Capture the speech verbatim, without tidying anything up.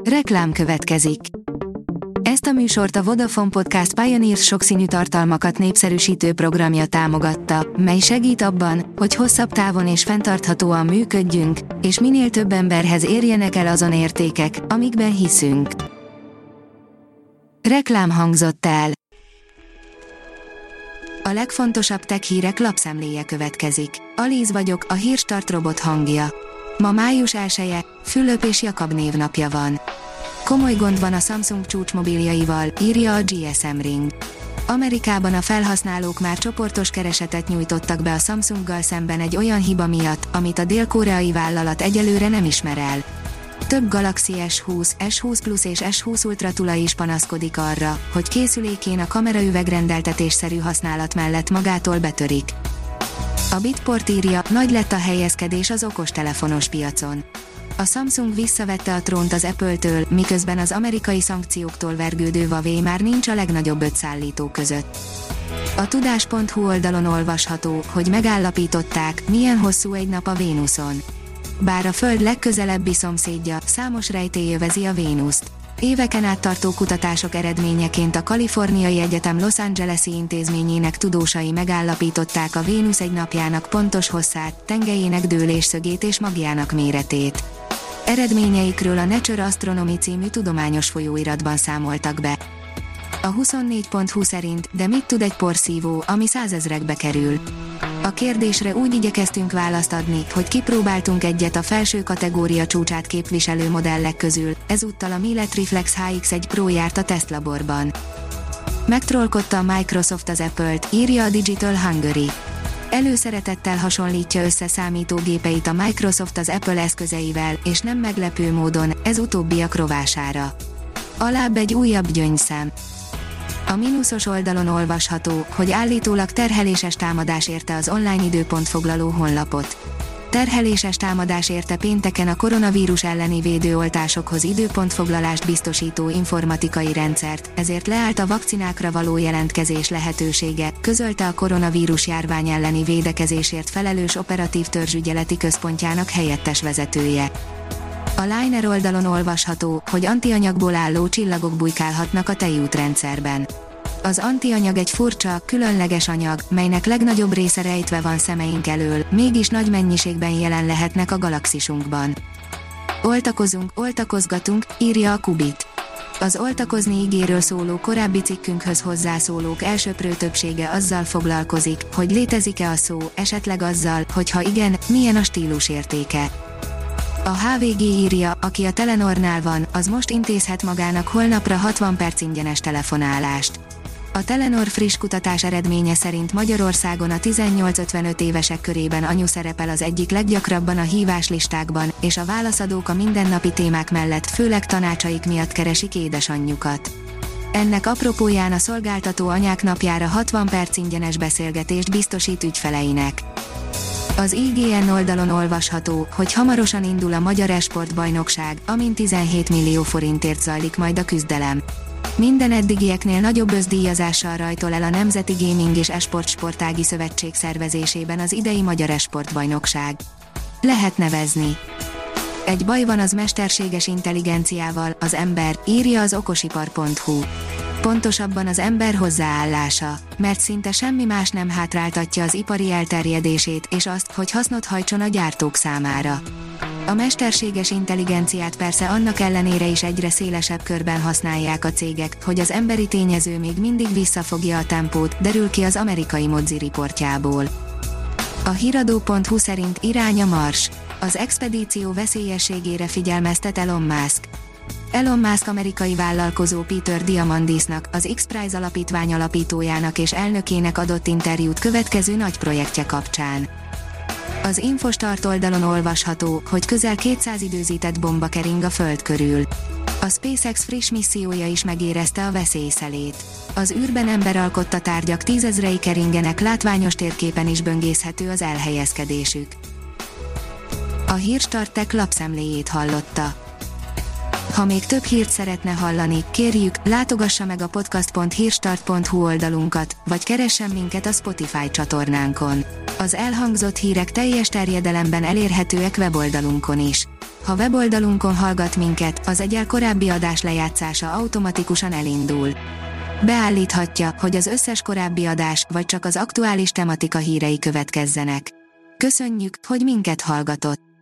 Reklám következik. Ezt a műsort a Vodafone Podcast Pioneers sokszínű tartalmakat népszerűsítő programja támogatta, mely segít abban, hogy hosszabb távon és fenntarthatóan működjünk, és minél több emberhez érjenek el azon értékek, amikben hiszünk. Reklám hangzott el. A legfontosabb tech hírek lapszemléje következik. Alíz vagyok, a Hírstart robot hangja. Ma május elseje, Fülöp és Jakab névnapja van. Komoly gond van a Samsung csúcsmobiljaival, írja a gé es em Ring. Amerikában a felhasználók már csoportos keresetet nyújtottak be a Samsunggal szemben egy olyan hiba miatt, amit a dél-koreai vállalat egyelőre nem ismer el. Több Galaxy es húsz, es húsz Plus és es húsz Ultra tulaj is panaszkodik arra, hogy készülékén a kameraüveg rendeltetésszerű használat mellett magától betörik. A Bitport írja, nagy lett a helyezkedés az okostelefonos piacon. A Samsung visszavette a trónt az Apple-től, miközben az amerikai szankcióktól vergődő Huawei már nincs a legnagyobb öt szállító között. A tudás pont hu oldalon olvasható, hogy megállapították, milyen hosszú egy nap a Vénuszon. Bár a Föld legközelebbi szomszédja, számos rejtély övezi a Vénuszt. Éveken át tartó kutatások eredményeként a Kaliforniai Egyetem Los Angeles-i intézményének tudósai megállapították a Vénusz egy napjának pontos hosszát, tengelyének dőlésszögét és magjának méretét. Eredményeikről a Nature Astronomy című tudományos folyóiratban számoltak be. A huszonnégy pont hu szerint, de mit tud egy porszívó, ami százezrekbe kerül? A kérdésre úgy igyekeztünk választ adni, hogy kipróbáltunk egyet a felső kategória csúcsát képviselő modellek közül, ezúttal a Miele Triflex há iksz egy Pro járt a tesztlaborban. Megtrollkodta a Microsoft az Apple-t, írja a Digital Hungary. Előszeretettel hasonlítja össze számítógépeit a Microsoft az Apple eszközeivel, és nem meglepő módon, ez utóbbiak rovására. Alább egy újabb gyöngyszem. A mínuszos oldalon olvasható, hogy állítólag terheléses támadás érte az online időpont foglaló honlapot. Terheléses támadás érte pénteken a koronavírus elleni védőoltásokhoz időpontfoglalást biztosító informatikai rendszert, ezért leállt a vakcinákra való jelentkezés lehetősége, közölte a koronavírus járvány elleni védekezésért felelős operatív törzsügyeleti központjának helyettes vezetője. A Liner oldalon olvasható, hogy antianyagból álló csillagok bujkálhatnak a tejútrendszerben. Az antianyag egy furcsa, különleges anyag, melynek legnagyobb része rejtve van szemeink elől, mégis nagy mennyiségben jelen lehetnek a galaxisunkban. Oltakozunk, oltakozgatunk, írja a Kubit. Az oltakozni ígéről szóló korábbi cikkünkhöz hozzászólók elsöprő többsége azzal foglalkozik, hogy létezik-e a szó, esetleg azzal, hogy ha igen, milyen a stílusértéke. A há vé gé írja, aki a Telenornál van, az most intézhet magának holnapra hatvan perc ingyenes telefonálást. A Telenor friss kutatás eredménye szerint Magyarországon a tizennyolc-ötvenöt évesek körében anyu szerepel az egyik leggyakrabban a híváslistákban, és a válaszadók a mindennapi témák mellett főleg tanácsaik miatt keresik édesanyjukat. Ennek apropóján a szolgáltató anyák napjára hatvan perc ingyenes beszélgetést biztosít ügyfeleinek. Az i gé en oldalon olvasható, hogy hamarosan indul a Magyar Esportbajnokság, amin tizenhét millió forintért zajlik majd a küzdelem. Minden eddigieknél nagyobb öszdíjazással rajtol el a Nemzeti Gaming és Esport Sportági Szövetség szervezésében az idei Magyar Esportbajnokság. Lehet nevezni. Egy baj van az mesterséges intelligenciával, az ember, írja az okosipar pont hu. Pontosabban az ember hozzáállása, mert szinte semmi más nem hátráltatja az ipari elterjedését és azt, hogy hasznot hajtson a gyártók számára. A mesterséges intelligenciát persze annak ellenére is egyre szélesebb körben használják a cégek, hogy az emberi tényező még mindig visszafogja a tempót, derül ki az amerikai Mozi riportjából. A híradó pont hu szerint irány a Mars. Az expedíció veszélyességére figyelmeztet Elon Musk. Elon Musk amerikai vállalkozó Peter Diamandisnak, az X-Prize alapítvány alapítójának és elnökének adott interjút következő nagy projektje kapcsán. Az Infostart oldalon olvasható, hogy közel kétszáz időzített bomba kering a Föld körül. A SpaceX friss missziója is megérezte a veszélyszelét. Az űrben emberalkotta tárgyak tízezrei keringenek, látványos térképen is böngészhető az elhelyezkedésük. A Hírstart Tech lapszemléjét hallotta. Ha még több hírt szeretne hallani, kérjük, látogassa meg a podcast pont hírstart pont hu oldalunkat, vagy keressen minket a Spotify csatornánkon. Az elhangzott hírek teljes terjedelemben elérhetőek weboldalunkon is. Ha weboldalunkon hallgat minket, az egyel korábbi adás lejátszása automatikusan elindul. Beállíthatja, hogy az összes korábbi adás, vagy csak az aktuális tematika hírei következzenek. Köszönjük, hogy minket hallgatott!